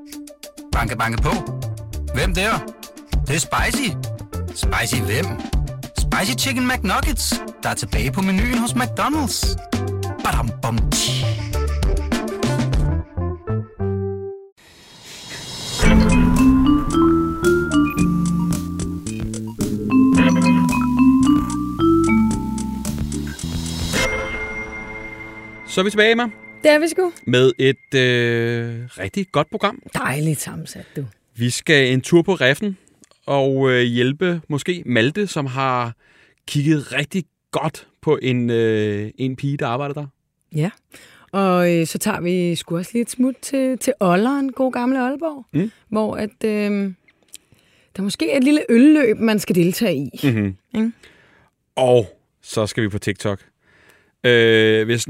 Banke, banke på. Hvem der? Det er spicy. Spicy hvem? Spicy Chicken McNuggets, der er tilbage på menuen hos McDonald's. Badum, bom, tji. Så er vi tilbage med. Det er vi sgu. Med et rigtig godt program. Dejligt sammensat, du. Vi skal en tur på Reffen og hjælpe måske Malte, som har kigget rigtig godt på en pige, der arbejder der. Ja, og så tager vi sgu også lige et smut til Olleren, god gamle Aalborg, hvor at, der måske er et lille ølløb, man skal deltage i. Mm-hmm. Mm. Og så skal vi på TikTok. Hvis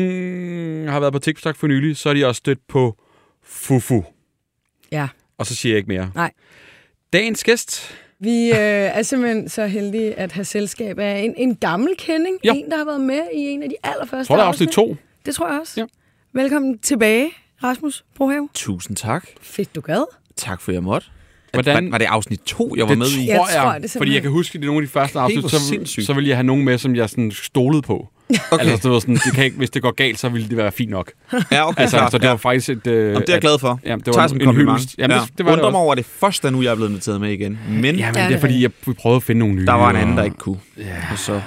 nogen har været på TikTok for nylig, så er de også stødt på Fufu. Ja. Og så siger jeg ikke mere. Nej. Dagens gæst. Vi er simpelthen så heldige at have selskab af en gammel kending. Ja. En, der har været med i en af de allerførste Tror du afsnit 2? Det tror jeg også. Ja. Velkommen tilbage, Rasmus Brohave. Tusind tak. Fedt, du gad. Tak for, jeg måtte. Hvordan? Var det afsnit 2, jeg var med i? Jeg tror det simpelthen. Fordi jeg kan huske, at i nogle af de første afsnit, sindssygt. så ville jeg have nogen med, som jeg sådan stolede på. Okay. Altså, det var sådan, det kan ikke, hvis det går galt, så ville det være fint nok. Ja, okay. Altså, så det var faktisk et... Jamen, det er jeg glad for. Ja, det var tager som en kompliment. hyldest. Jamen, det var undrer det mig over, det første, nu jeg er blevet inviteret med igen. Men ja, men det er fordi, vi prøvede at finde nogle nye. der var en anden, der ikke kunne. Ja. Og så...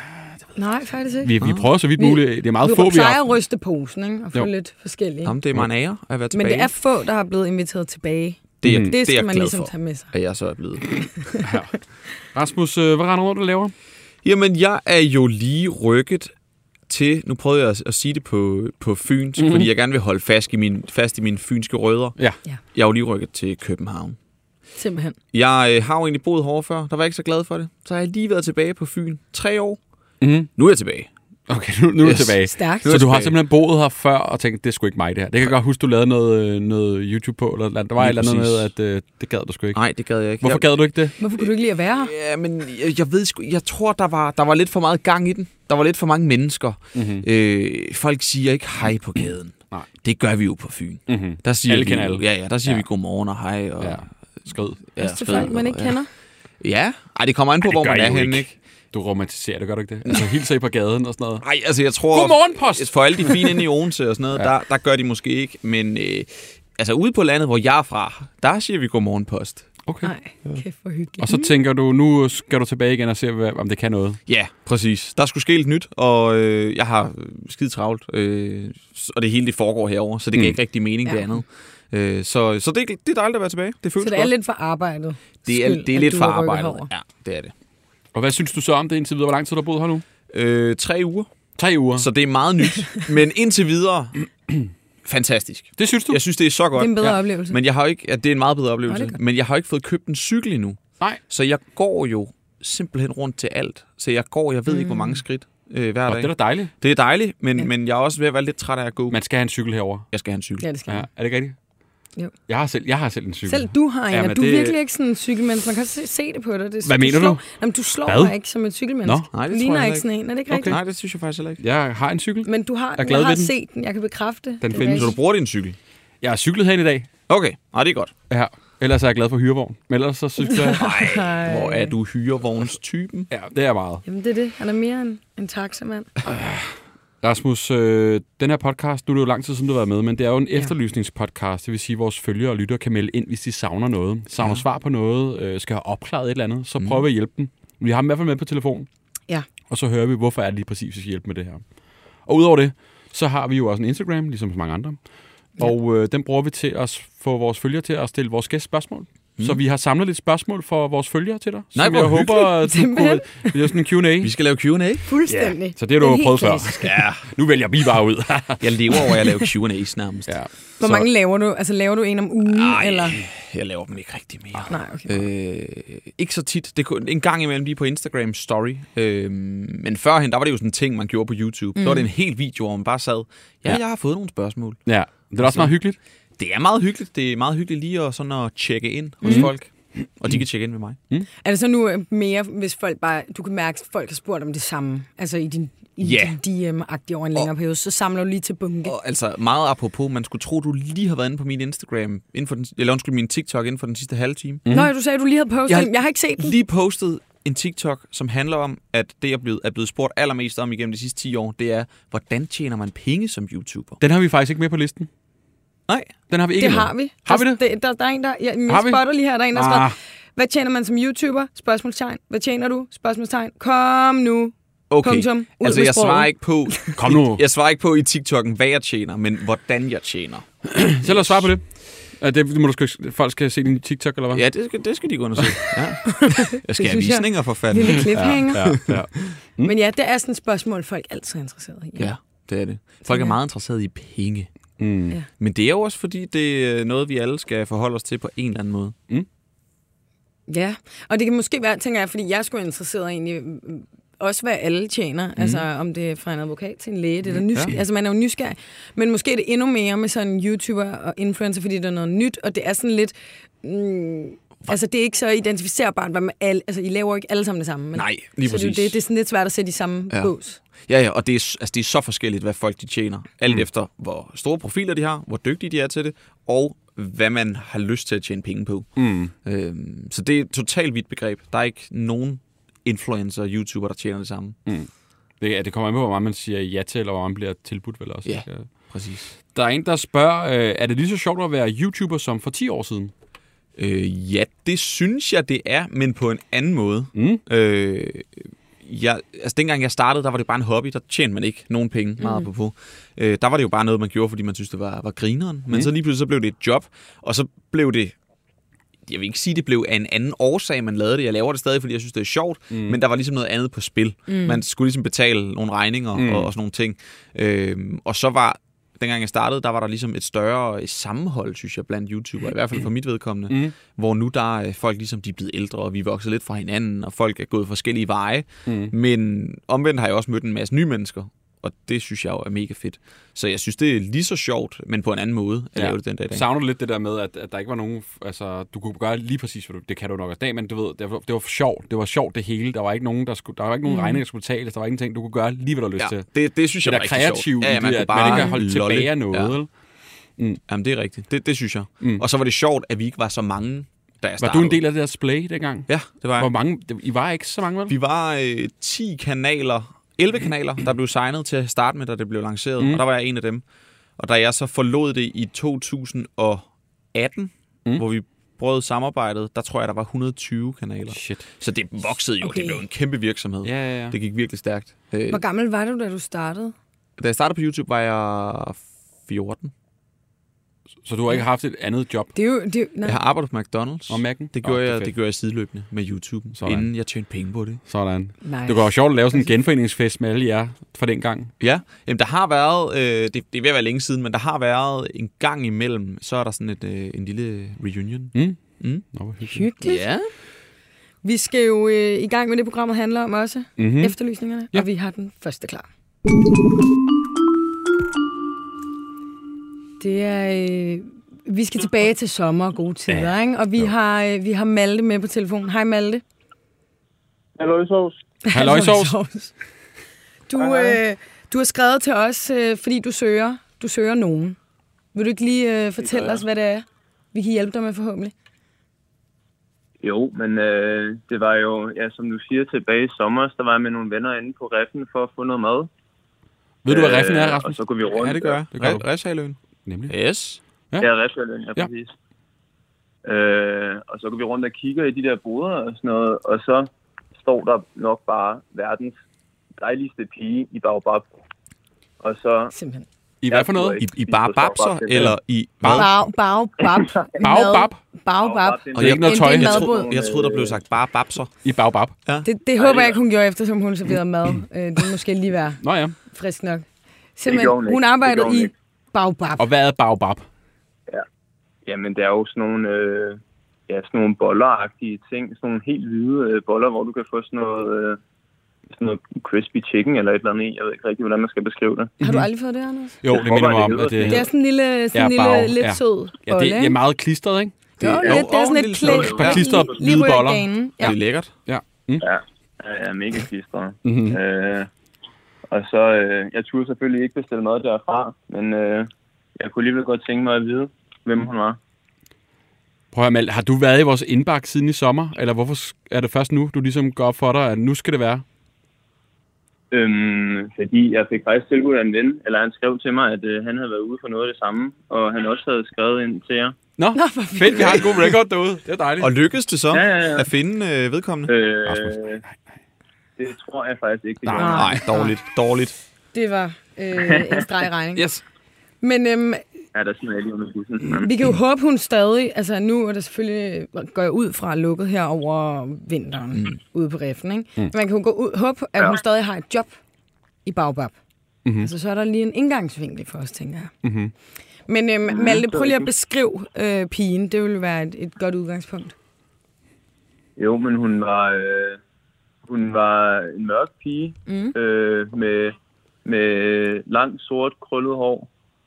Nej, faktisk ikke. Vi prøver så vidt muligt. Det er meget få, vi vi har. plejer at ryste posen, ikke? Og få lidt forskellige. Jamen, det er mig en ære at være tilbage. Men det er få, der har blevet inviteret tilbage. Det skal er man glad ligesom for, tage med sig. at jeg så er blevet. Ja. Rasmus, hvad render rundt, du laver? Jamen, jeg er jo lige rykket til... Nu prøvede jeg at sige det på fynsk, fordi jeg gerne vil holde fast i mine fynske rødder. Ja. Jeg er jo lige rykket til København. Simpelthen. Jeg har jo egentlig boet hårdt før. Der var jeg ikke så glad for det. Så har jeg lige været tilbage på Fyn. 3 år. Mm-hmm. Nu er jeg tilbage. Okay, nu er du tilbage. Stærkt. Så du har simpelthen boet her før og tænkt, det er sgu ikke mig det her. Det kan jeg godt huske, du lavede noget YouTube på, eller der var et eller andet med, at det gad du sgu ikke. Nej, det gad jeg ikke. Hvorfor gad du ikke det? Hvorfor kunne du ikke lide at være her? Ja, men jeg ved sgu, jeg tror, der var lidt for meget gang i den. Der var lidt for mange mennesker. Mm-hmm. Folk siger ikke hej på gaden. Nej. Det gør vi jo på Fyn. Mm-hmm. Der siger alle vi, kender alle. Ja, der siger vi godmorgen og hej. Og, Skrid. Ja, Til folk, man ikke kender. Ja, ej, det kommer an på, hvor man er henne, ikke? Du romantiserer det, gør du ikke det? Altså hilser I på gaden og sådan noget? Nej, altså jeg tror... Godmorgen, post! For alle de fine inde i Odense og sådan noget, der gør de måske ikke. Men altså ude på landet, hvor jeg er fra, der siger vi godmorgen, post. Okay. Nej, kæft for hyggeligt. Og så tænker du, nu skal du tilbage igen og se, om det kan noget. Ja, præcis. Der skulle ske lidt nyt, og jeg har skide travlt. Og det hele det foregår herover, så det giver ikke rigtig mening det andet. Så det er dejligt at være tilbage. Det føles så det er lidt for arbejdet. Det er lidt for arbejdet. Ja, det er det. Og hvad synes du så om det indtil videre? Hvor lang tid har du boet her nu? 3 uger. 3 uger. Så det er meget nyt. Men indtil videre, fantastisk. Det synes du? Jeg synes, det er så godt. Det er en bedre oplevelse. Men jeg har ikke, det er en meget bedre oplevelse. Men jeg har ikke fået købt en cykel endnu. Nej. Så jeg går jo simpelthen rundt til alt. Så jeg ved ikke, hvor mange skridt hver dag. Det er da dejligt. Det er dejligt, men jeg er også ved at være lidt træt af at gå. Man skal have en cykel herover. Jeg skal have en cykel. Ja, det skal Ja, er det ikke rigtigt? Jo. Jeg har selv en cykel. Selv du har en, Ja, og du er virkelig ikke sådan en cykelmenneske. Man kan se det på dig. Hvad mener du? Jamen, du slår mig ikke som en cykelmenneske. Nej, det du ligner ikke sådan en. Er det ikke rigtigt? Nej, det synes jeg faktisk heller ikke. Jeg har en cykel. Men du har, jeg har set den. Jeg kan bekræfte. Den findes. Så du bruger din cykel? Jeg har cyklet herinde i dag. Okay, det er godt. Ja. Ellers er jeg glad for hyrevogn. Men ellers så synes jeg... Nej, hvor er du hyrevogns-typen? Ja, det er meget. Jamen, det er det. Han er mere en taxamand. Rasmus, den her podcast, nu er det jo lang tid siden, du har været med, men det er jo en efterlysningspodcast. Det vil sige, at vores følgere og lyttere kan melde ind, hvis de savner noget. Savner svar på noget, skal have opklaret et eller andet, så prøver vi at hjælpe dem. Vi har dem i hvert fald med på telefon. Ja. Og så hører vi, hvorfor er det lige præcis, vi skal hjælpe med det her. Og udover det, så har vi jo også en Instagram, ligesom så mange andre. Ja. Og den bruger vi til at få vores følgere til at stille vores gæst spørgsmål. Så vi har samlet lidt spørgsmål for vores følgere til dig. Nej, så jeg håber, du kunne... Det er sådan en Q&A. Vi skal lave Q&A. Fuldstændig. Ja, så det har du prøvet før. Ja. Nu vælger vi bare ud. Jeg lever over at lave Q&A's nærmest. Ja. Hvor mange laver du? Altså laver du en om ugen? Nej, eller? Jeg laver dem ikke rigtig mere. Nej, okay. Ikke så tit. Det er en gang imellem lige på Instagram Story. Men førhen, der var det jo sådan en ting, man gjorde på YouTube. Så var det en hel video, hvor man bare sad, jeg har fået nogle spørgsmål. Ja, det er også meget hyggeligt. Det er meget hyggeligt. Det er meget hyggeligt lige at tjekke ind hos folk. Og de kan tjekke ind med mig. Er det så nu mere, hvis folk bare... Du kan mærke, at folk har spurgt om det samme, altså i din DM-agtige over en længere periode, så samler du lige til bunke. Og altså meget apropos, man skulle tro, du lige har været inde på min Instagram, min TikTok inden for den sidste halve time. Nå, du sagde, du lige havde postet den. Jeg har ikke set den. Lige postet en TikTok, som handler om, at det, jeg er blevet spurgt allermest om igennem de sidste 10 år, det er, hvordan tjener man penge som YouTuber? Den har vi faktisk ikke med på listen. Nej. Den har vi ikke Det med. har vi. Har vi det? Der er en, der... Jeg spotter lige her, der er en, der har skrevet, hvad tjener man som YouTuber? Spørgsmålstegn. Hvad tjener du? Spørgsmålstegn. Kom nu. Okay, punktum. altså jeg svarer ikke på... Kom nu. Jeg svarer ikke på i TikTok'en, hvad jeg tjener, men hvordan jeg tjener. Så lad os svare på det. Det må folk skal se din TikTok, eller hvad? Ja, det skal de gå ind og se. Ja. Jeg skal have visninger for fanden. Lille cliffhanger. Ja. Men ja, det er sådan et spørgsmål, folk altid er interesseret i. Ja, det er det. Folk er meget interesserede i penge. Ja. Men det er jo også, fordi det er noget, vi alle skal forholde os til på en eller anden måde. Ja, og det kan måske være, tænker jeg, fordi jeg er sgu interesseret egentlig også, hvad alle tjener. Altså, om det er fra en advokat til en læge. Det er nysgerrig. Altså, man er jo nysgerrig. Men måske er det endnu mere med sådan en YouTuber og influencer, fordi det er noget nyt, og det er sådan lidt... altså, det er ikke så identificerbart, hvad man alle... Altså, I laver ikke alle sammen det samme. Men, Nej, lige så præcis. det er sådan lidt svært at sætte i samme bås. Ja, og det er så forskelligt, hvad folk de tjener. Alt efter, hvor store profiler de har, hvor dygtige de er til det, og hvad man har lyst til at tjene penge på. Så det er et totalt vidt begreb. Der er ikke nogen influencer, YouTuber, der tjener det samme. Det kommer an på, hvor meget man siger ja til, eller hvor man bliver tilbudt, vel også. Ja, præcis. Der er en, der spørger, er det lige så sjovt at være YouTuber som for 10 år siden? Ja, det synes jeg, det er, men på en anden måde. Dengang jeg startede, der var det bare en hobby, der tjente man ikke nogen penge, meget på. Der var det jo bare noget, man gjorde, fordi man synes, det var grineren. Men så lige pludselig så blev det et job, og så blev det... Jeg vil ikke sige, det blev af en anden årsag, man lavede det. Jeg laver det stadig, fordi jeg synes, det er sjovt, men der var ligesom noget andet på spil. Man skulle ligesom betale nogle regninger og sådan nogle ting. Og så var... Dengang jeg startede, der var der ligesom et større sammenhold, synes jeg, blandt YouTubere, i hvert fald for mit vedkommende, hvor nu der er folk ligesom, de er blevet ældre, og vi er vokset lidt fra hinanden, og folk er gået forskellige veje. Men omvendt har jeg også mødt en masse nye mennesker, og det synes jeg jo er mega fedt. Så jeg synes, det er lige så sjovt, men på en anden måde, at lave det den dag i dag. Savner du lidt det der med, at der ikke var nogen... Altså, du kunne gøre lige præcis, hvad det kan du nok også dag, men du ved, det var sjovt. Det var sjovt det hele. Der var ikke nogen, der var ikke nogen regning, der skulle betales. Der var ingenting, du kunne gøre lige, hvad du har lyst til. Det synes jeg var rigtig kreativt, sjovt. Ja, man ikke kan holde tilbage af noget. Jamen, det er rigtigt. Det synes jeg. Og så var det sjovt, at vi ikke var så mange, da jeg startede. Var du en del af det der splay dengang? Ja, det var jeg. Hvor mange? I var ikke så mange, vel? Vi var 10 kanaler, 11 kanaler, der blev signet til at starte med, da det blev lanceret, og der var jeg en af dem. Og da jeg så forlod det i 2018, hvor vi brød samarbejdet, der tror jeg, der var 120 kanaler. Shit. Så det voksede jo, det blev en kæmpe virksomhed. Ja. Det gik virkelig stærkt. Hvor gammel var du, da du startede? Da jeg startede på YouTube, var jeg 14. Så du har ikke haft et andet job? Det er jo, jeg har arbejdet på McDonald's. Og Mac'en? Det gjorde jeg sideløbende med YouTube, inden jeg tjente penge på det. Sådan. Nice. Det var sjovt at lave sådan en genforeningsfest med alle jer fra den gang. Ja, jamen, der har været, det er ved at være længe siden, men der har været en gang imellem, så er der sådan en lille reunion. Nå, hyggeligt. Ja. Vi skal jo i gang med det, programmet handler om også. Efterlysningerne. Ja. Og vi har den første klar. Det er... vi skal tilbage til sommer og gode tider, ikke? Og vi har Malte med på telefonen. Hej Malte. Halløjsovs. Halløjsovs. Du har skrevet til os, fordi du søger nogen. Vil du ikke lige fortælle os, hvad det er, vi kan hjælpe dig med forhåbentlig? Jo, men det var jo, som du siger, tilbage i sommer, der var jeg med nogle venner inde på Reffen for at få noget mad. Ved du, hvad Reffen er, Rasmus? Og så går vi rundt. Ja, det gør jeg. Refshaløen. Nemlig. Yes. Ja, Refshaløen, ja, præcis. Og så går vi rundt og kigger i de der boder og sådan noget, og så står der nok bare verdens dejligste pige i Baobab. Og så... Simpelthen. I hvad for noget? I Baobabser, eller i... Baobab. Baobab. Og det er ikke noget tøj. Jeg troede, der blev sagt bare babser. I Baobab. Ja. Det håber jeg ikke, hun gjorde, eftersom hun serverede mad. Det må måske lige være frisk nok. Simpelthen, hun arbejder i Baobab. Og hvad er Baobab? Ja. Jamen, det er jo sådan nogle bolleragtige ting. Sådan nogle helt hvide boller, hvor du kan få sådan noget crispy chicken eller et eller andet. Jeg ved ikke rigtig, hvordan man skal beskrive det. Har du aldrig fået det, Anders? Jo, det minder mig om, at det er sådan en lille lidt sød bolle. Ja, det er meget klistret, ikke? Det er sådan et klæk. Par klistret hvide boller. Ja. Det er lækkert. Ja. Ja, jeg er mega klistret. Og så, jeg turde selvfølgelig ikke bestille mad derfra, men jeg kunne alligevel godt tænke mig at vide, hvem hun var. Prøv at Malte, har du været i vores indbakke siden i sommer? Eller hvorfor er det først nu, du ligesom går op for dig, at nu skal det være? Fordi jeg fik faktisk tilbudt af en ven, eller han skrev til mig, at han havde været ude for noget af det samme, og han også havde skrevet ind til jer. Nå, fedt, vi har en god record derude. Det er dejligt. Og lykkedes det så at finde vedkommende? Det tror jeg faktisk ikke. Nej, dårligt. Det var en stregregning. Yes. Men ja, der smider jeg lige under bussen. vi kan jo håbe, hun stadig... Altså, nu er det selvfølgelig... Går jeg ud fra lukket her over vinteren ude på Riffen, ikke? Man kan jo håbe, at hun stadig har et job i Baobab. Altså, så er der lige en indgangsvinkel for os, tænker jeg. Men Malte, prøv lige at beskrive pigen. Det ville være et godt udgangspunkt. Jo, men hun var en mørk pige med langt, sort, krøllet hår.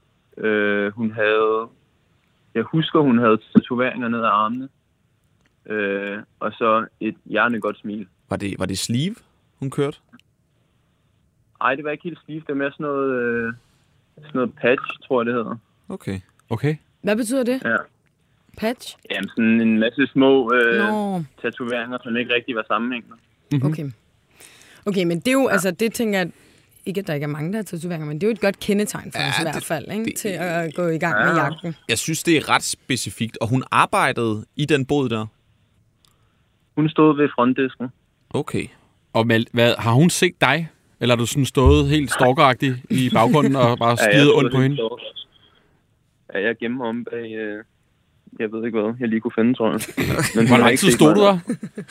Jeg husker, hun havde tatoveringer ned ad armene. Og så et hjernegodt smil. Var det sleeve, hun kørte? Ej, det var ikke helt sleeve. Det var mere sådan noget patch, tror jeg, det hedder. Okay. Hvad betyder det? Ja. Patch? Jamen, sådan en masse små tatoveringer, som ikke rigtig var sammenhængende. Okay, men det er jo, altså, det tænker jeg, ikke at der ikke er mange, der har tatoveringer, men det er jo et godt kendetegn for os i hvert fald, ikke? Til at gå i gang med jagten. Jeg synes, det er ret specifikt, og hun arbejdede i den båd der? Hun stod ved frontdisken. Okay. Og har hun set dig? Eller har du sådan stået helt stalkeragtig i baggrunden og bare stirret ondt på hende? Ja, jeg gemmer om bag... jeg ved ikke hvad, jeg lige kunne finde, tror jeg. Men hvor lang tid stod du der?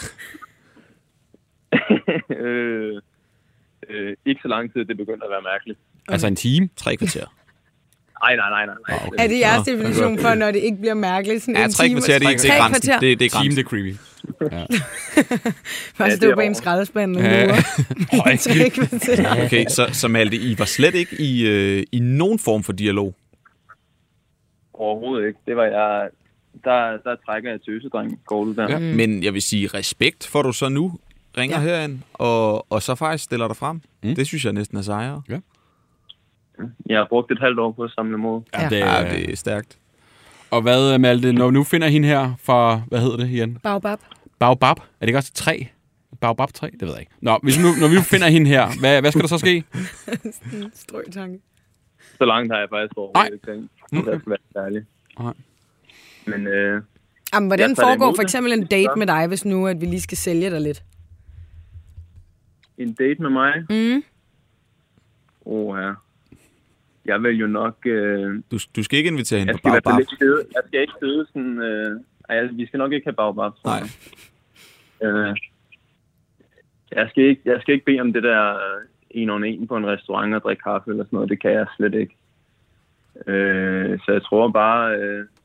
Ikke så lang tid, det begyndte at være mærkeligt. Altså en time? 3 kvarter? Nej. Okay. Er det jeres definition for, når det ikke bliver mærkeligt? Sådan ja, 3 kvarter, det er grænsen. Det er grænsen. Time, det er creepy. Ja. Bare stå bag en skraldespand og lurer. 3 kvarter. Okay, så Malte, I var slet ikke i nogen form for dialog? Overhovedet ikke. Det var jeg... Der trækker jeg tøsedreng kortet der. Ja. Men jeg vil sige, respekt for du så nu ringer herind, og så faktisk stiller dig frem. Det synes jeg næsten er sejre. Ja. Jeg har brugt et halvt år på at samle mod. Ja, det er stærkt. Og hvad, Malte, når nu finder hende her fra, hvad hedder det igen? Baobab. Baobab? Er det ikke også 3? Baobab 3? Det ved jeg ikke. Nå, når vi finder hende her, hvad skal der så ske? Strøtanke. Så langt har jeg faktisk overhovedet ikke tænkt. Det skal være ærlig. Nej. Men, jamen, hvordan foregår for eksempel en date med dig, hvis nu at vi lige skal sælge dig lidt? En date med mig? Ja. Jeg vil jo nok... Du skal ikke invitere hende på Baobab. Jeg skal ikke sidde sådan... vi skal nok ikke have Baobab. Nej. Jeg skal ikke bede om det der en på en restaurant og drikke kaffe eller sådan noget. Det kan jeg slet ikke. Så jeg tror bare...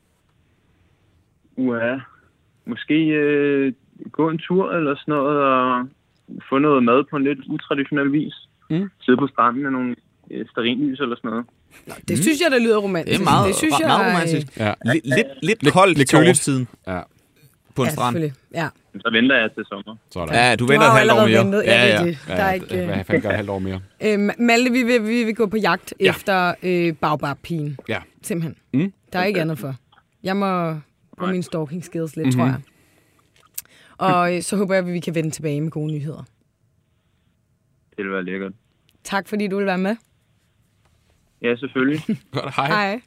måske gå en tur eller sådan noget og få noget mad på en lidt utraditionel vis. Sidde på stranden med nogle stearinlys eller sådan noget. Det synes jeg, der lyder romantisk. Det er meget, det synes jeg, meget romantisk. Ja. Lidt koldt til årstiden. Ja. På en strand. Ja. Så venter jeg til sommer. Sådan. Ja, du venter et halvt år mere. Ventet. Ja. Der er ikke... Hvad fanden gør et halvt år mere? Malte, vi vil gå på jagt efter Baobab-pigen. Ja. Simpelthen. Der er ikke andet for. Jeg må på min stalking skills lidt, tror jeg. Og så håber jeg, at vi kan vende tilbage med gode nyheder. Det vil være lækkert. Tak, fordi du vil være med. Ja, selvfølgelig. Godt, hej. Hej.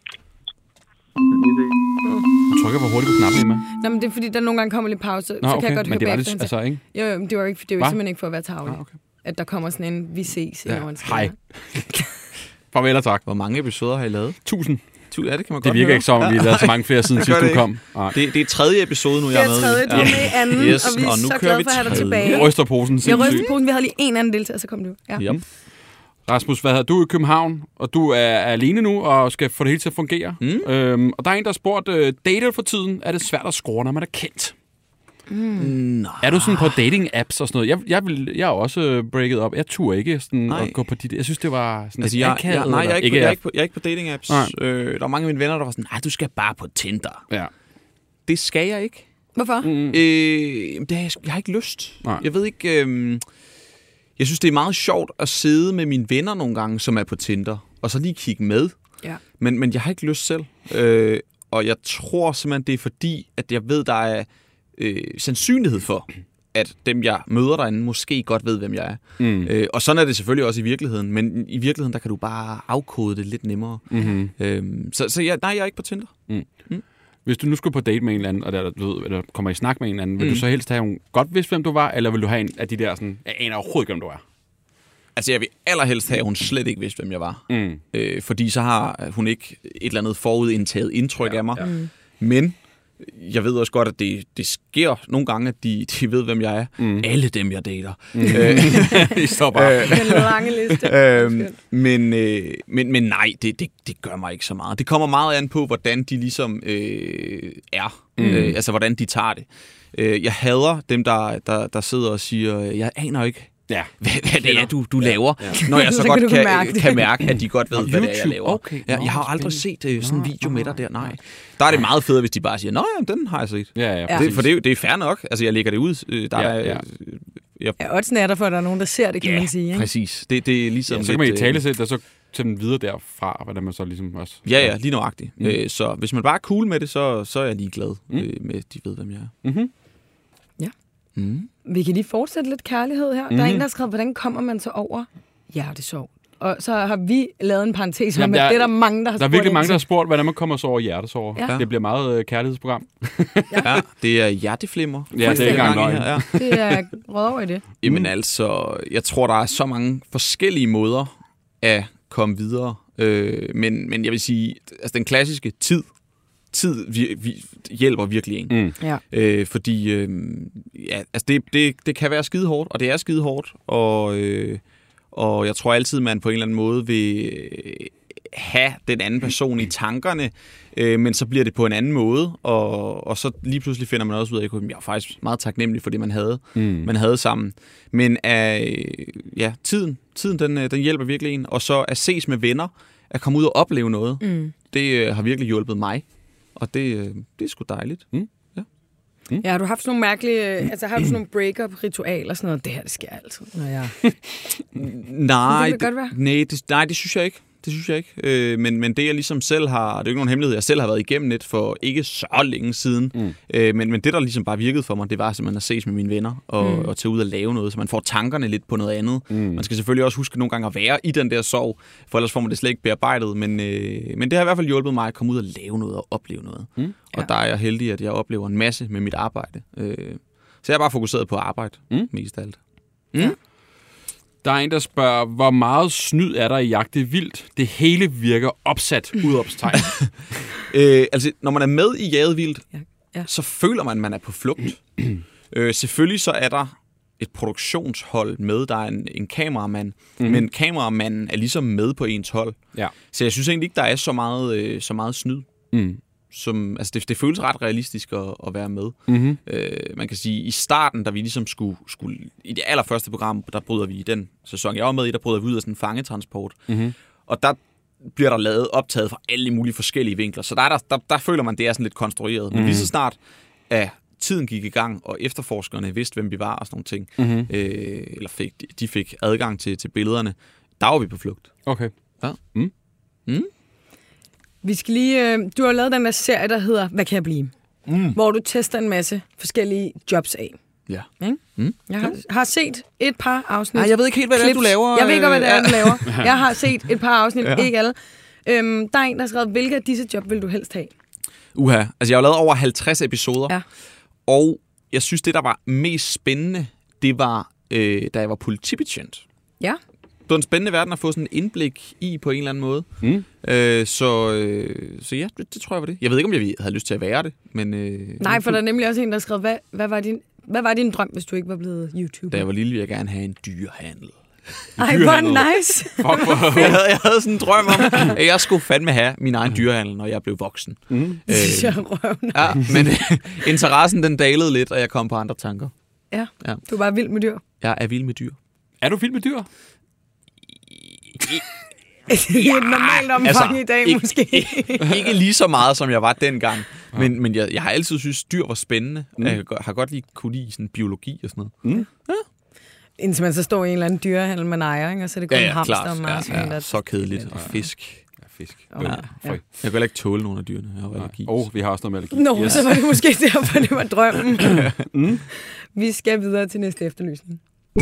Du trykker for hurtigt på knappen, Emma. Nå, men det er fordi, der nogle gange kommer lidt pause, Nå, så kan jeg godt høre men det var bagefter. det, altså, ikke? Jo, det er jo simpelthen ikke for at være tarvelig. Okay. At der kommer sådan en, vi ses. Hej. Farvel og tak. Hvor mange episoder har I lavet? 1000. Ja, det kan man godt Det virker høre. ikke som, vi har lavet så mange flere siden sidst du kom. Det er 3. episode nu, jeg er med i. Det er 3. Du er med i anden, og vi er så glade for at have dig tilbage. Jeg ryster posen Jeg ryster posen. Vi havde lige en anden deltager, så kom du. Ja. Yep. Rasmus, hvad hedder du i København, og du er alene nu og skal få det hele til at fungere. Og der er en, der har spurgt, dater for tiden, er det svært at score, når man er kendt? Er du sådan på dating-apps og sådan noget? Jeg er også breaket op. Jeg turde ikke sådan at gå på de... Jeg synes, det var sådan altså, jeg er ikke på dating-apps. Der er mange af mine venner, der var sådan, nej, du skal bare på Tinder. Ja. det skal jeg ikke. Hvorfor? Jeg har ikke lyst. Nej. Jeg ved ikke... jeg synes, det er meget sjovt at sidde med mine venner nogle gange, som er på Tinder, og så lige kigge med. Ja. Men jeg har ikke lyst selv. Og jeg tror simpelthen, det er fordi, at jeg ved, der er sandsynlighed for, at dem, jeg møder derinde, måske godt ved, hvem jeg er. Og sådan er det selvfølgelig også i virkeligheden. Men i virkeligheden, der kan du bare afkode det lidt nemmere. Så jeg er ikke på Tinder. Hvis du nu skulle på date med en eller anden, og eller kommer i snak med en eller anden, vil du så helst have, hun godt vidste, hvem du var, eller vil du have en af de der sådan, jeg aner overhovedet ikke, hvem du er? Altså, jeg vil allerhelst have, at hun slet ikke vidste, hvem jeg var. Fordi så har hun ikke et eller andet forudindtaget indtryk af mig. Ja. Men jeg ved også godt, at det sker nogle gange, at de ved, hvem jeg er. Alle dem, jeg dater. I står bare. En lange liste. Men nej, det gør mig ikke så meget. Det kommer meget an på, hvordan de ligesom er. Altså, hvordan de tager det. Jeg hader dem, der sidder og siger, jeg aner ikke, hvad det er, du laver, når jeg så godt kan mærke, at de godt ved, hvad det er, jeg laver. Okay. Jeg har aldrig set sådan en video med dig der, nej. Der er det meget fedt, hvis de bare siger, nå ja, den har jeg set. For det er fair nok. Altså, jeg lægger det ud. Oddsen er der for, at der er nogen, der ser det, kan man sige. Ikke? Præcis. Det er ligesom så kan man i talesætte, og så tage den videre derfra, hvordan man så ligesom også... Ja, lige nøjagtigt. Så hvis man bare er cool med det, så er jeg ligeglad med, at de ved, hvem jeg er. Vi kan lige fortsætte lidt kærlighed her. Der er en, der har skrevet, hvordan kommer man så over hjertesorg? Og så har vi lavet en parentes om, at det er der mange, der har spurgt. Der er virkelig mange, der har spurgt, hvordan man kommer så over hjertesorg. Ja. Det bliver meget kærlighedsprogram. Ja, det er hjerteflimmer. Ja, det er ikke engang løgn. Ja. Det er rød over i det. Jamen altså, jeg tror, der er så mange forskellige måder at komme videre. Men jeg vil sige, altså den klassiske tid hjælper virkelig en. Fordi altså det kan være skide hårdt, og det er skide hårdt, og jeg tror altid, man på en eller anden måde vil have den anden person i tankerne, men så bliver det på en anden måde, og så lige pludselig finder man også ud af, at jeg er faktisk meget taknemmelig for det, man havde sammen. Men tiden den hjælper virkelig en, og så at ses med venner, at komme ud og opleve noget, det har virkelig hjulpet mig. Og det er sgu dejligt. Ja, har du haft sådan nogle mærkelige... Altså, har du sådan nogle break-up-ritualer og sådan noget? Det her, det sker altid, når jeg... Nej, det godt være. Nej, det synes jeg ikke. Det synes jeg ikke. Men det, jeg ligesom selv har... Det er jo ikke nogen hemmelighed. Jeg selv har været igennem net for ikke så længe siden. Men det, der ligesom bare virkede for mig, det var simpelthen at ses med mine venner og tage ud og lave noget, så man får tankerne lidt på noget andet. Man skal selvfølgelig også huske nogle gange at være i den der sorg, for ellers får man det slet ikke bearbejdet. Men det har i hvert fald hjulpet mig at komme ud og lave noget og opleve noget. Og der er jeg heldig, at jeg oplever en masse med mit arbejde. Så jeg er bare fokuseret på arbejde, mest af alt. Ja. Der er en, der spørger, hvor meget snyd er der i Jagte Vildt? Det hele virker opsat udopstegn. Altså, når man er med i Jaget Vildt, så føler man er på flugt. Selvfølgelig så er der et produktionshold med, der er en kameramand, men kameramanden er ligesom med på ens hold. Ja. Så jeg synes egentlig ikke, der er så meget snyd. Altså det føles ret realistisk at være med. Man kan sige, i starten, da vi ligesom skulle i det allerførste program, der bryder vi i den sæson, jeg var med i, der bryder vi ud af sådan en fangetransport. Og der bliver der optaget fra alle mulige forskellige vinkler. Så der føler man, det er sådan lidt konstrueret. Men lige så snart, at tiden gik i gang, og efterforskerne vidste, hvem vi var og sådan nogle ting, eller de fik adgang til billederne, der var vi på flugt. Okay. Ja. Vi skal lige... Du har lavet den der serie, der hedder Hvad kan jeg blive? Hvor du tester en masse forskellige jobs af. Ja. Jeg har set et par afsnit. Nej, jeg ved ikke helt, hvad det er, du laver. Jeg ved ikke, hvad det er, du laver. Jeg har set et par afsnit, ikke alle. Der er en, der har skrevet, hvilke af disse job vil du helst have? Altså, jeg har lavet over 50 episoder. Ja. Og jeg synes, det, der var mest spændende, det var, da jeg var politibetjent. Ja. Det var en spændende verden at få sådan en indblik i på en eller anden måde. Så ja, det tror jeg var det. Jeg ved ikke, om jeg havde lyst til at være det, men... Nej, for der er nemlig også en, der har skrevet, hvad var din drøm, hvis du ikke var blevet YouTuber? Da jeg var lille, ville jeg gerne have en dyrehandel. Ej, hvor nice! Jeg havde sådan en drøm om, at jeg skulle fandme have min egen dyrehandel, når jeg blev voksen. Ja, men interessen den dalede lidt, og jeg kom på andre tanker. Ja. Du er bare vild med dyr. Jeg er vild med dyr. Er du vild med dyr? I et normalt omfang i dag, måske. Ikke lige så meget, som jeg var dengang. Men jeg har altid synes dyr var spændende. Jeg har godt kunne lide sådan biologi og sådan noget. Indtil man så står i en eller anden dyrehandel med ejer, ikke? Og så er det kun hamster og marsvin. Ja, så kedeligt. Og fisk. Ja, fisk. Ja. Jeg kan heller ikke tåle nogen af dyrene. Jeg har allergi. Vi har også noget med allergi. Så var det måske derfor, det var drømmen. Vi skal videre til næste efterlysning.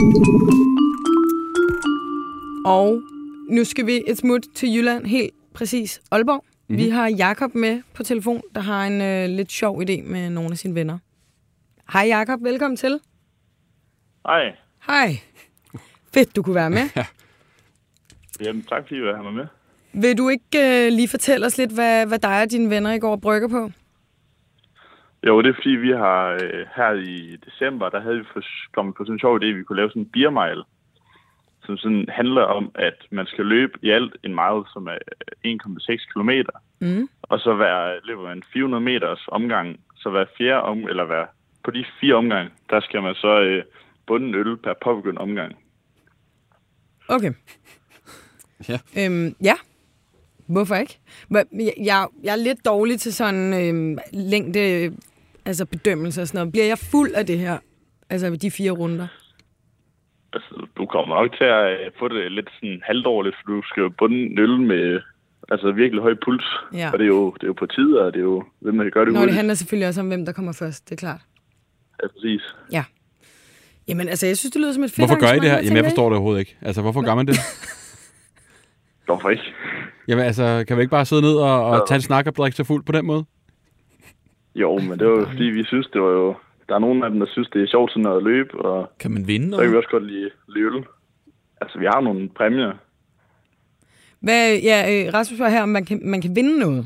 Og nu skal vi et smut til Jylland, helt præcis Aalborg. Vi har Jakob med på telefon, der har en lidt sjov idé med nogle af sine venner. Hej Jakob, velkommen til. Hej. Hej. Fedt, du kunne være med. Jamen, tak fordi jeg har med. Vil du ikke lige fortælle os lidt, hvad dig og dine venner i går brygger på? Jo, det er fordi, vi har her i december, der havde vi kommet på sådan en sjov idé, at vi kunne lave sådan en beer mile, som sådan handler om, at man skal løbe i alt en mile, som er 1,6 kilometer. Og så løber man 400 meters omgang, så på de 4 omgange, der skal man så bunde en øl per påbegyndt omgang. Okay. Ja. Ja. Hvorfor ikke? Jeg er lidt dårlig til sådan længde, altså bedømmelse og sådan noget. Bliver jeg fuld af det her? Altså de 4 runder? Altså, du kommer nok til at få det lidt sådan halvdårligt, for du skal jo bunde en øl med virkelig høj puls. Ja. Og det er jo på tid, og det er jo, hvem der kan gøre det hurtigt. Det handler selvfølgelig også om, hvem der kommer først, det er klart. Ja, præcis. Ja. Jamen, altså, jeg synes, det lyder som et fedt Hvorfor gør I det her? arrangement, Jamen, jeg forstår det overhovedet ikke. Altså, hvorfor gør man det? Hvorfor ikke? Jamen, altså, kan vi ikke bare sidde ned og tage en snak og drikke sig fuld på den måde? Jo, men det var jo fordi, vi synes, det var jo... Der er nogen af dem, der synes, det er sjovt sådan at løbe, og kan man vinde? Så kan vi også godt lide øl. Altså, vi har nogle præmier. Rasmus var her, om man kan vinde noget.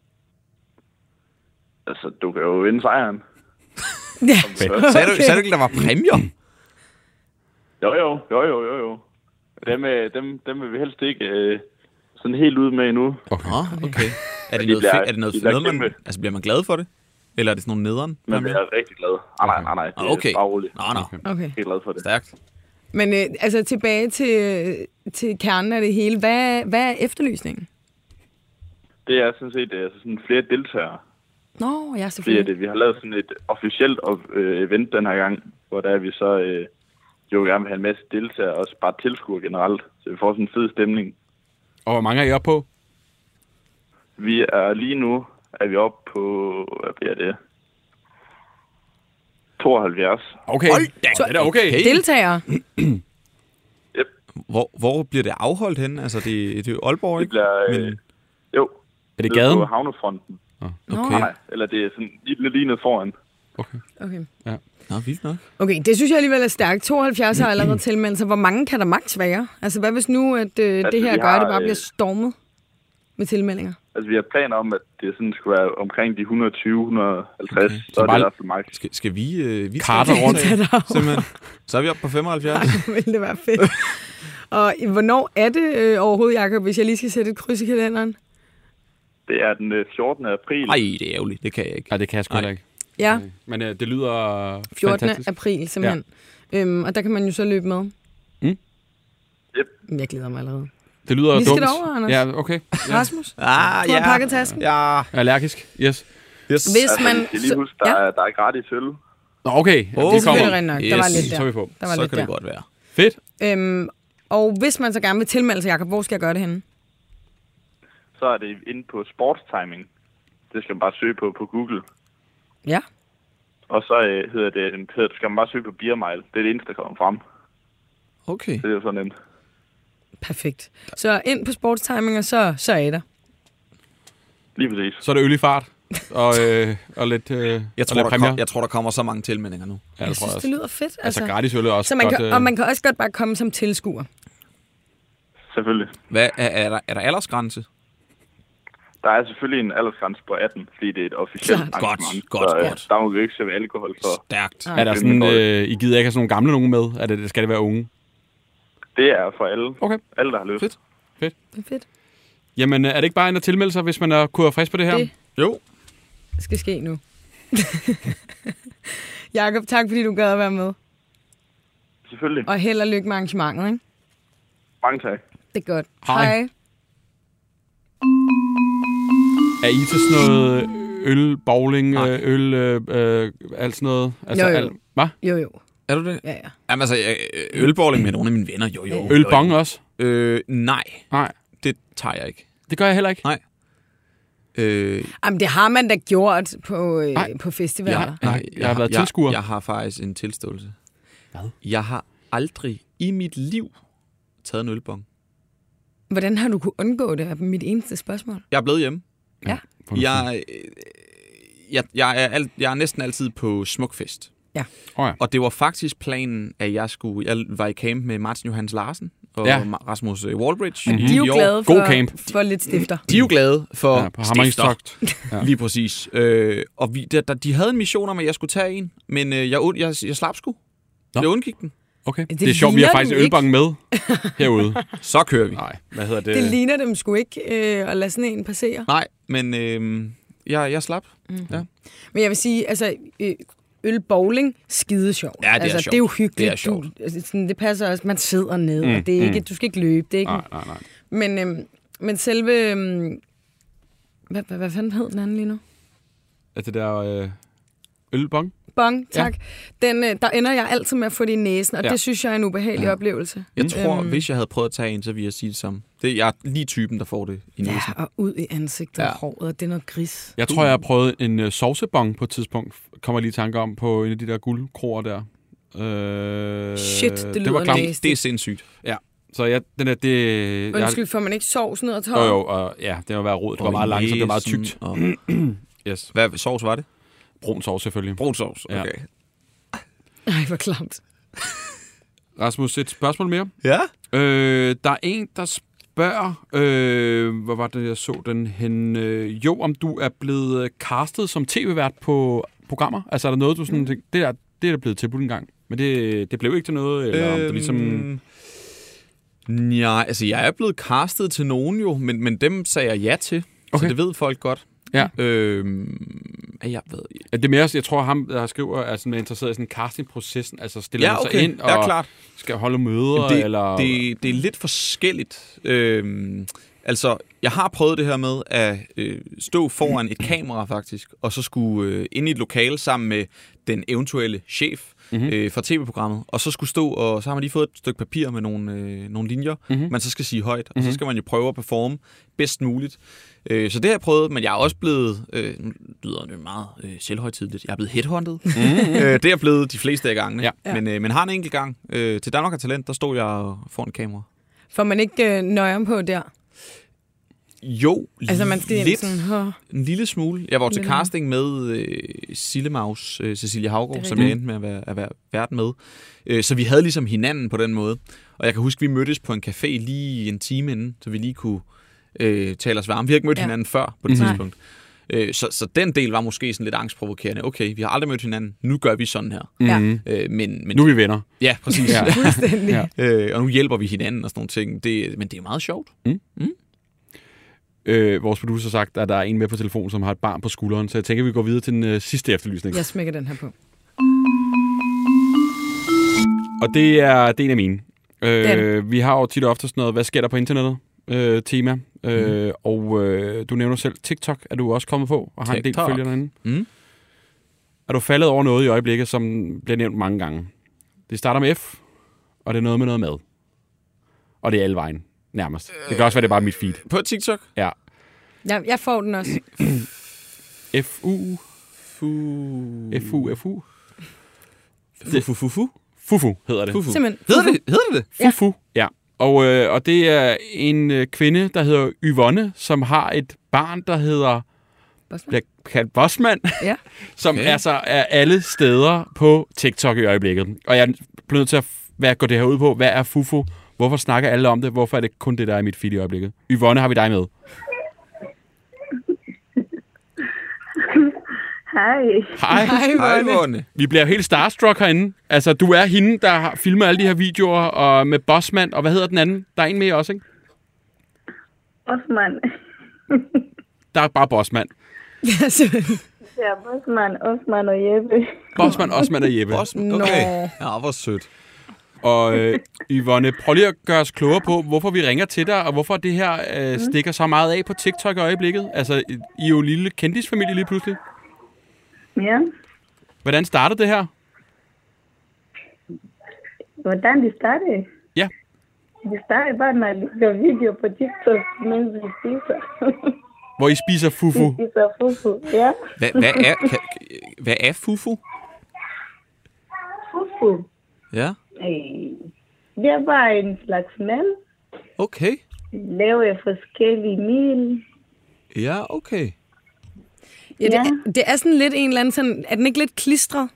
Altså, du kan jo vinde sejren. Ja. Sagde du ikke, der var præmier? Jo. Dem vil vi helst ikke sådan helt ud med endnu. Okay. Er det noget fedt? Altså, bliver man glad for det? Eller er det sådan nogle nederen? Men jeg er rigtig glad. Nej. Det er bare roligt. Okay. Helt glad for det. Stærkt. Men altså tilbage til kernen af det hele. Hvad er efterlysningen? Det er sådan set sådan flere deltagere. Nå, ja, selvfølgelig. Vi har lavet sådan et officielt event den her gang, hvor der vi så jo gerne vil have en masse deltagere, og også bare tilskuere generelt, så vi får sådan en fed stemning. Og hvor mange er I oppe på? Vi er lige nu oppe på, hvad bliver det? 72. Okay, det er okay. Deltagere? Yep. Hvor bliver det afholdt henne? Altså, det er jo Aalborg, ikke? Det bliver, jo. Er det gaden? På Havnefronten. Okay. Nej, eller det er sådan lige nede foran. Okay. Ja. Nå, vildt nok. Okay, det synes jeg alligevel er stærkt. 72 har allerede tilmeldt sig. Hvor mange kan der maks være? Altså, hvad hvis nu, at det her gør, det bare bliver stormet med tilmeldinger? Altså, vi har planer om, at det sådan skulle være omkring de 120-150. Okay. Så er det i hvert fald maks. Skal vi karter rundt? Simpelthen. Så er vi oppe på 75. Nej, vil det være fedt. Og hvornår er det overhovedet, Jacob, hvis jeg lige skal sætte et kryds i kalenderen? Det er den 14. april. Nej, det er ærgerligt. Det kan jeg ikke. Nej, det kan jeg sgu ikke. Ja. Men det lyder 14. fantastisk. april, simpelthen. Ja. Og der kan man jo så løbe med. Yep. Jeg glæder mig allerede. Det lyder dumt. Vi skal derover, Anders. Ja, okay. Ja. Rasmus, du har pakket tasken. Ja. Allergisk, yes. Hvis man... Jeg skal lige huske, der er gratis øl. Nå, okay. Det er selvfølgelig rent nok. Der var lidt der. Så er vi på. Der var så lidt kan der. det godt være. Fedt. Og hvis man så gerne vil tilmelde sig, Jacob, hvor skal jeg gøre det henne? Så er det inde på sportstiming. Det skal man bare søge på Google. Ja. Og så skal man bare søge på beer mile. Det er det eneste, der kommer frem. Okay. Det er jo så nemt. Perfekt. Så ind på sportstiming, og så er der. Lige præcis. Så er det øl i fart. Og lidt Jeg tror, der kommer så mange tilmeldinger nu. Ja, jeg synes, det lyder fedt. Altså gratis øl er også så man godt. Kan, og man kan også godt bare komme som tilskuer. Selvfølgelig. Hvad er der aldersgrænse? Der er selvfølgelig en aldersgrænse på 18, fordi det er et officielt arrangement. Godt. Der må vi ikke servere alkohol for. Stærkt. Er der sådan, I gider ikke have sådan nogle gamle nogen med? Skal det være unge? Det er for alle. Okay. Alle, der har lyst. Det er fedt. Jamen, er det ikke bare ind at tilmelde sig, hvis man er kunne frisk på det her? Jo. Det skal ske nu. Jakob, tak fordi du gad at være med. Selvfølgelig. Og held og lykke med arrangementet, ikke? Mange tak. Det er godt. Hej. Er I til sådan noget øl, bowling, øl, alt sådan noget? Altså, Jo. Hvad? Jo. Er du det? Ja. Jamen altså, ølbowling med nogle af mine venner, jo. Ølbong også? Nej. Nej. Det tager jeg ikke. Det gør jeg heller ikke. Nej. Jamen, det har man da gjort på festivaler. Jeg har været tilskuer. Jeg har faktisk en tilståelse. Hvad? Jeg har aldrig i mit liv taget en ølbong. Hvordan har du kunne undgå det? Er mit eneste spørgsmål. Jeg er blevet hjemme. Ja. Jeg er næsten altid på Smukfest. Ja. Og det var faktisk planen, at jeg var i camp med Martin Johans Larsen og Rasmus Wallbridge. De er jo glade for lidt stifter. De er jo glade for på Hammeringstogt. Lige præcis. Og de havde en mission om, at jeg skulle tage en, men jeg slap sgu. Jeg undgik den. Okay. Det er sjovt, vi har faktisk ølbong med herude. Så kører vi. Nej, hvad hedder det? Det ligner dem sgu ikke at lade sådan en passere. Nej, men jeg slap. Ja. Men jeg vil sige, altså... Ølbowling, skide sjovt. Ja, det er sjovt. Det er jo hyggeligt. Det er sjovt. Det passer også, man sidder ned, og det er ikke, du skal ikke løbe. Det er ikke, Nej. Men selve... Hvad fanden hed den anden lige nu? Er det der ølbong? Bong, tak. Ja. Der ender jeg altid med at få det i næsen, og det synes jeg er en ubehagelig oplevelse. Jeg tror, hvis jeg havde prøvet at tage en, så ville jeg sige det samme. Jeg er lige typen, der får det i næsen. Ja, og ud i ansigtet og håret, det er noget gris. Jeg tror, jeg har prøvet en sovsebong på et tidspunkt. Kommer lige i tanke om på en af de der guldkroer der. Shit, det lyder klamt. Det er sindssygt. Ja. Så den er det... Undskyld, får man ikke sovs ned og tår? Jo, og det var været rød. Det var meget langt, så det var meget tykt. Yes. Hvad sovs var det? Brun sovs, selvfølgelig. Brun sovs, okay. Ja. Ej, hvor klamt. Rasmus, et spørgsmål mere. Ja? Der er en, der spørger, hvor var det, jeg så den hen? Jo, om du er blevet castet som tv-vært på programmer? Altså, er der noget, du sådan... Det er der blevet tilbudt en gang, men det blev ikke til noget, eller om det ligesom... Nej, altså, jeg er blevet castet til nogen jo, men dem sagde jeg ja til, så det ved folk godt. Ja. Jeg ved. Det er mere, jeg tror, ham, der skriver, er sådan interesseret i sådan en castingprocessen, altså stiller sig ind og klart. Skal holde møder, eller... Det er lidt forskelligt. Altså, jeg har prøvet det her med at stå foran et kamera, faktisk, og så skulle ind i et lokale sammen med den eventuelle chef for tv-programmet, og så skulle stå, og så har man lige fået et stykke papir med nogle linjer, man så skal sige højt, og så skal man jo prøve at performe bedst muligt. Så det har jeg prøvet, men jeg er også blevet, nu lyder det meget selvhøjtidligt, jeg er blevet headhunted. Det er jeg blevet de fleste af gangene, men har en enkelt gang. Til Danmark har Talent, der stod jeg foran kamera. Får man ikke nøjeren på der? Jo, altså, man skal lidt, sådan, en lille smule. Jeg var til casting med Sillemaus, Cecilie Haugaard, som jeg endte med at være vært med. Så vi havde ligesom hinanden på den måde. Og jeg kan huske, vi mødtes på en café lige en time inden, så vi lige kunne tale os varme. Vi har ikke mødt hinanden før på det tidspunkt. Så den del var måske sådan lidt angstprovokerende. Okay, vi har aldrig mødt hinanden. Nu gør vi sådan her. Men nu er vi venner. Ja, præcis. Ja. Og nu hjælper vi hinanden og sådan nogle ting. Men det er meget sjovt. Vores producer har sagt, at der er en med på telefonen, som har et barn på skulderen, så jeg tænker, at vi går videre til den sidste efterlysning. Jeg smækker den her på. Og det er en af mine. Vi har jo tit og ofte sådan noget, hvad sker der på internettet? Tema. Og du nævner selv TikTok, er du også kommet på, og har en del følgere derinde. Er du faldet over noget i øjeblikket, som bliver nævnt mange gange? Det starter med F, og det er noget med noget mad. Og det er alle vejen, nærmest. Det kan også være, det er bare mit feed. På TikTok? Ja. Jeg får den også. F-U. Fufu hedder det. Fufu. Hedder det? Fufu, ja. Og det er en kvinde, der hedder Yvonne, som har et barn, der hedder... bliver kaldt Bossman, som altså er alle steder på TikTok i øjeblikket. Og jeg er blevet nødt til at gå det her ud på. Hvad er Fufu? Hvorfor snakker alle om det? Hvorfor er det kun det, der er i mit feed i øjeblikket? Yvonne, har vi dig med? Hej, Yvonne. Vi bliver helt starstruck herinde. Altså, du er hende, der har filmet alle de her videoer og med Bossman, og hvad hedder den anden? Der er en med også, ikke? Osman. Der er bare Bossman. Ja, Bossman, Osman og Jeppe. Bossman, Osman og Jeppe. Okay. Ja, hvor sødt. Og Yvonne, prøv lige at gøre os klogere på, hvorfor vi ringer til dig, og hvorfor det her stikker så meget af på TikTok i øjeblikket. Altså, I er jo en lille kendisfamilie lige pludselig. Ja. Hvordan startede det her? Hvordan det startede? Ja. Det startede bare, når jeg laver video på TikTok, mens vi spiser. Hvor I spiser fufu? Vi spiser fufu, ja. Hvad er fufu? Fufu. Ja. Det er bare en slags mad. Okay. Laver forskellige mel. Ja, okay. Ja, det er sådan lidt en eller anden sådan... Er den ikke lidt klistret?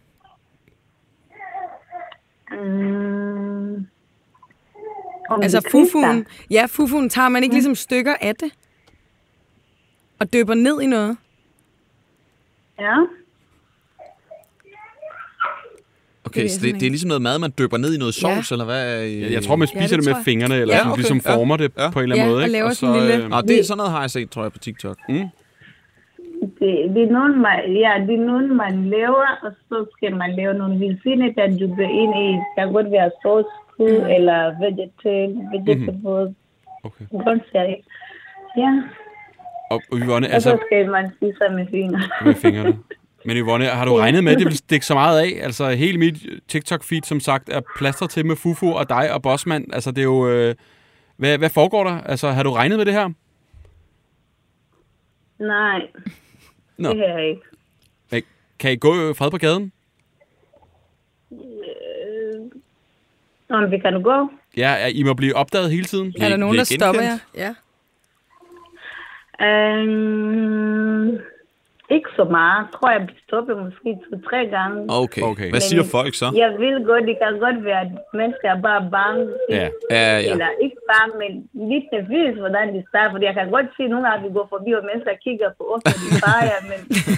Altså fufuen... Ja, fufuen tager man ikke ligesom stykker af det? Og dypper ned i noget? Ja. Okay, så det er ligesom noget mad, man dypper ned i noget sovs, eller hvad? Jeg tror, man spiser det med fingrene, eller sådan, ligesom former det på en eller anden måde. Og ikke? laver sådan en lille... Nå, det er sådan noget, har jeg set, tror jeg, på TikTok. Det er nogen, man laver, og så skal man lave nogle visiner, der dypper ind i. Det kan godt være sauce, eller vegetables, grøntsager. Ja. Og Yvonne, og så skal man spise med fingrene. Men Yvonne, har du regnet med, at det vil stikke så meget af? Altså, hele mit TikTok-feed, som sagt, er plastret til med fufu og dig og Bossman. Altså, det er jo... Hvad foregår der? Altså, har du regnet med det her? Nej, det har jeg ikke. Kan I gå fred på gaden? Om vi kan gå? Ja, I må blive opdaget hele tiden. Er der nogen, der stopper jer? Ja. Ikke så meget. Jeg tror, jeg bliver stoppet måske 2-3 gange. Okay. Hvad siger folk så? Jeg vil godt, det kan godt være, at mennesker er bare bange. Ja. Eller ikke bange, men lidt nervøs, hvordan de starter. Fordi jeg kan godt se, at nogle gange vi går forbi, og mennesker kigger på os, når de fejrer. Men...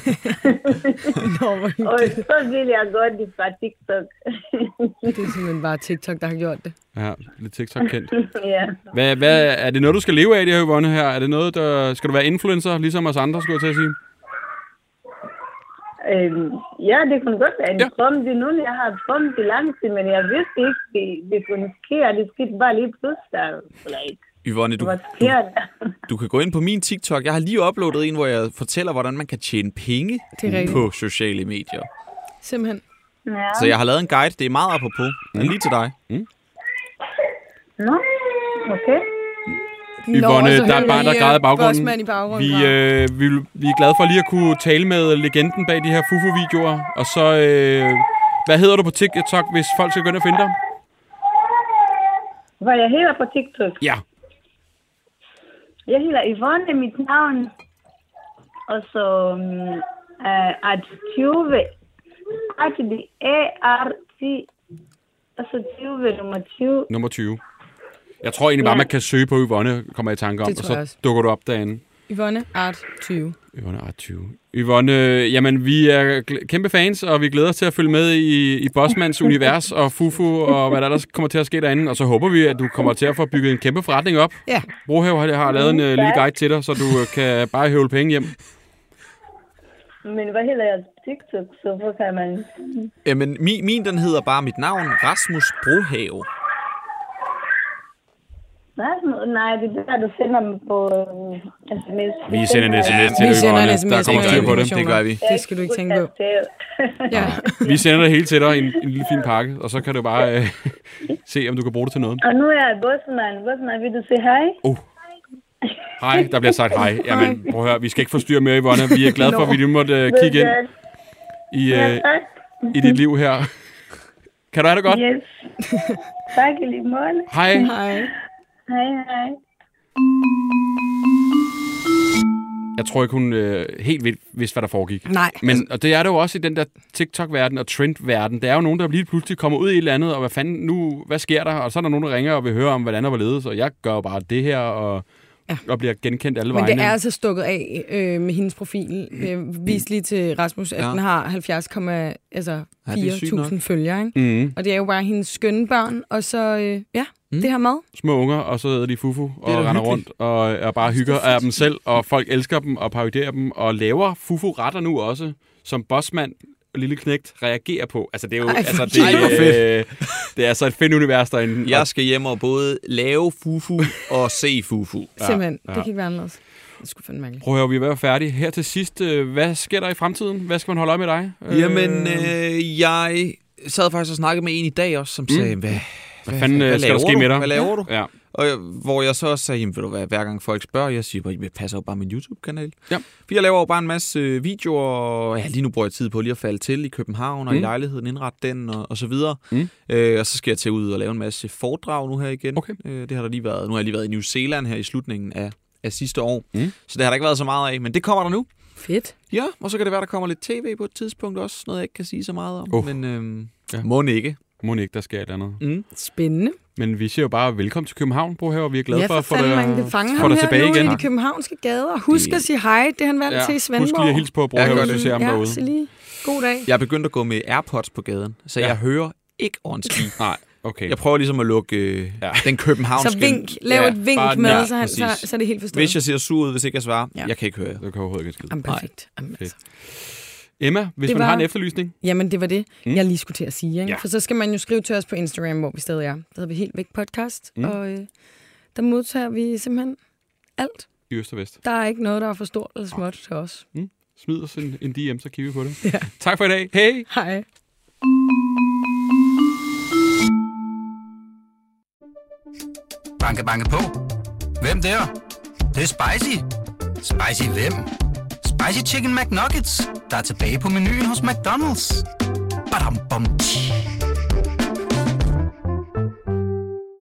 og så vil jeg godt det fra TikTok. Det er simpelthen bare TikTok, der har gjort det. Ja, lidt TikTok-kendt. Ja. Hvad, er det noget, du skal leve af, det her, Yvonne, her? Er det noget, skal du være influencer, ligesom os andre, skulle jeg til at sige? Ja, det kunne godt være en drøm. Det er nu, jeg har drømt det lang tid, men jeg vidste ikke, det kunne ske, og det skete bare lige pludselig. Yvonne, du kan gå ind på min TikTok. Jeg har lige uploadet en, hvor jeg fortæller, hvordan man kan tjene penge på sociale medier. Simpelthen. Ja. Så jeg har lavet en guide. Det er meget apropos. Den er lige til dig. Nå, okay. Yvonne, der er bare der græder i baggrunden. Vi er glade for lige at kunne tale med legenden bag de her fufu-videoer. Og så, hvad hedder du på TikTok, hvis folk skal gå ind og finde dig? Hvad jeg hedder på TikTok? Ja. Jeg hedder Yvonne, mit navn. Og så at20. At det ART. Og så 20, nummer 20. Jeg tror egentlig bare, man kan søge på Yvonne, kommer jeg i tanke om, og så dukker du op derinde. Yvonne Art 20. Yvonne Art 20. Yvonne, jamen vi er kæmpe fans, og vi glæder os til at følge med i Bossmans univers og Fufu, og hvad der ellers kommer til at ske derinde. Og så håber vi, at du kommer til at få bygget en kæmpe forretning op. Ja. Brohave har lavet en lille guide til dig, så du kan bare høvle penge hjem. Men hvad hedder jeg TikTok, så hvor kan man... Jamen, min den hedder bare mit navn, Rasmus Brohave. Nej, det er der, du sender mig på sms. Vi sender en sms til dig, Yvonne. Der kommer styr på det. Det gør vi. Det skal du ikke tænke på. Ja. Vi sender det hele til dig i en lille fin pakke, og så kan du bare se, om du kan bruge det til noget. Og nu er jeg Bossman, vil du sige hej? Hej, der bliver sagt hej. Jamen, prøv at høre, vi skal ikke forstyrre mere, Yvonne. Vi er glade for, at vi lige måtte kigge ind i dit liv her. Kan du have det godt? Yes. Tak i lige måde. Hej. Hej. Hej. Jeg tror ikke, hun helt vidste, hvad der foregik. Nej. Men, og det er det jo også i den der TikTok-verden og trend-verden. Der er jo nogen, der lige pludselig kommer ud i et eller andet, og hvad fanden nu, hvad sker der? Og så er der nogen, der ringer og vil høre om, hvordan der var ledet. Og jeg gør jo bare det her, og bliver genkendt alle vegne. Men det er altså stukket af med hendes profil. Vis lige til Rasmus, at den har 70,4.000 følgere. Ikke? Og det er jo bare hendes skønne børn, og så det her mad. Små unger, og så æder de fufu og render rundt og bare hygger af dem selv, og folk elsker dem og parodierer dem, og laver fufu-retter nu også, som Bossman lille knægt reagerer på. Altså, det er jo det er altså et fedt univers derinde. Jeg skal hjem og både lave fufu og se fufu. Simpelthen. Det kan ikke være anderledes. Det skulle fandme mærkeligt. Prøv at høre, vi er ved at være færdige. Her til sidst, hvad sker der i fremtiden? Hvad skal man holde øje med dig? Jamen, jeg sad faktisk og snakkede med en i dag også, som sagde, hvad fanden skal der ske med dig? Hvad laver du? Ja. Og hvor jeg så også sagde, jamen, ved du hvad, hver gang folk spørger, jeg siger bare, jeg passer jo bare min YouTube-kanal. Ja. For jeg laver jo bare en masse videoer, og lige nu bruger jeg tid på lige at falde til i København og i lejligheden, indrette den og så videre. Og så skal jeg til ud og lave en masse foredrag nu her igen. Okay. Det har der lige været. Nu har jeg lige været i New Zealand her i slutningen af sidste år. Så det har der ikke været så meget af, men det kommer der nu. Fedt. Ja, og så kan det være, der kommer lidt tv på et tidspunkt også, noget jeg ikke kan sige så meget om. Men må ikke. Må ikke, der sker et andet. Spændende. Men vi siger jo bare velkommen til København, Bro, her, og vi er glade for at få dig tilbage igen. I de københavnske gader. Husk at sige hej, det er han vant til i Svendborg. Husk lige at hilse på, Bro, hvis du ser ham derude. Så lige. God dag. Jeg er begyndt at gå med AirPods på gaden, så jeg hører ikke ordentligt. Nej. Okay. Jeg prøver ligesom at lukke den københavnske... Så lav et vink med, så er det helt forstået. Hvis jeg ser sur ud, hvis ikke jeg svarer, jeg kan ikke høre. Det kan overhovedet ikke skide. Perfekt. Emma, hvis man har en efterlysning? Jamen, det var det, jeg lige skulle til at sige. Ikke? Ja. For så skal man jo skrive til os på Instagram, hvor vi stadig er. Der hedder vi Helt Væk Podcast, og der modtager vi simpelthen alt. I øst og vest. Der er ikke noget, der er for stort eller småt til os. Smid os en DM, så kigger vi på det. Ja. Tak for i dag. Hej. Hej. Banke, banke på. Hvem der? Det er spicy. Spicy hvem? Spicy Chicken McNuggets, der er tilbage på menuen hos McDonald's. Badum, bom, tji.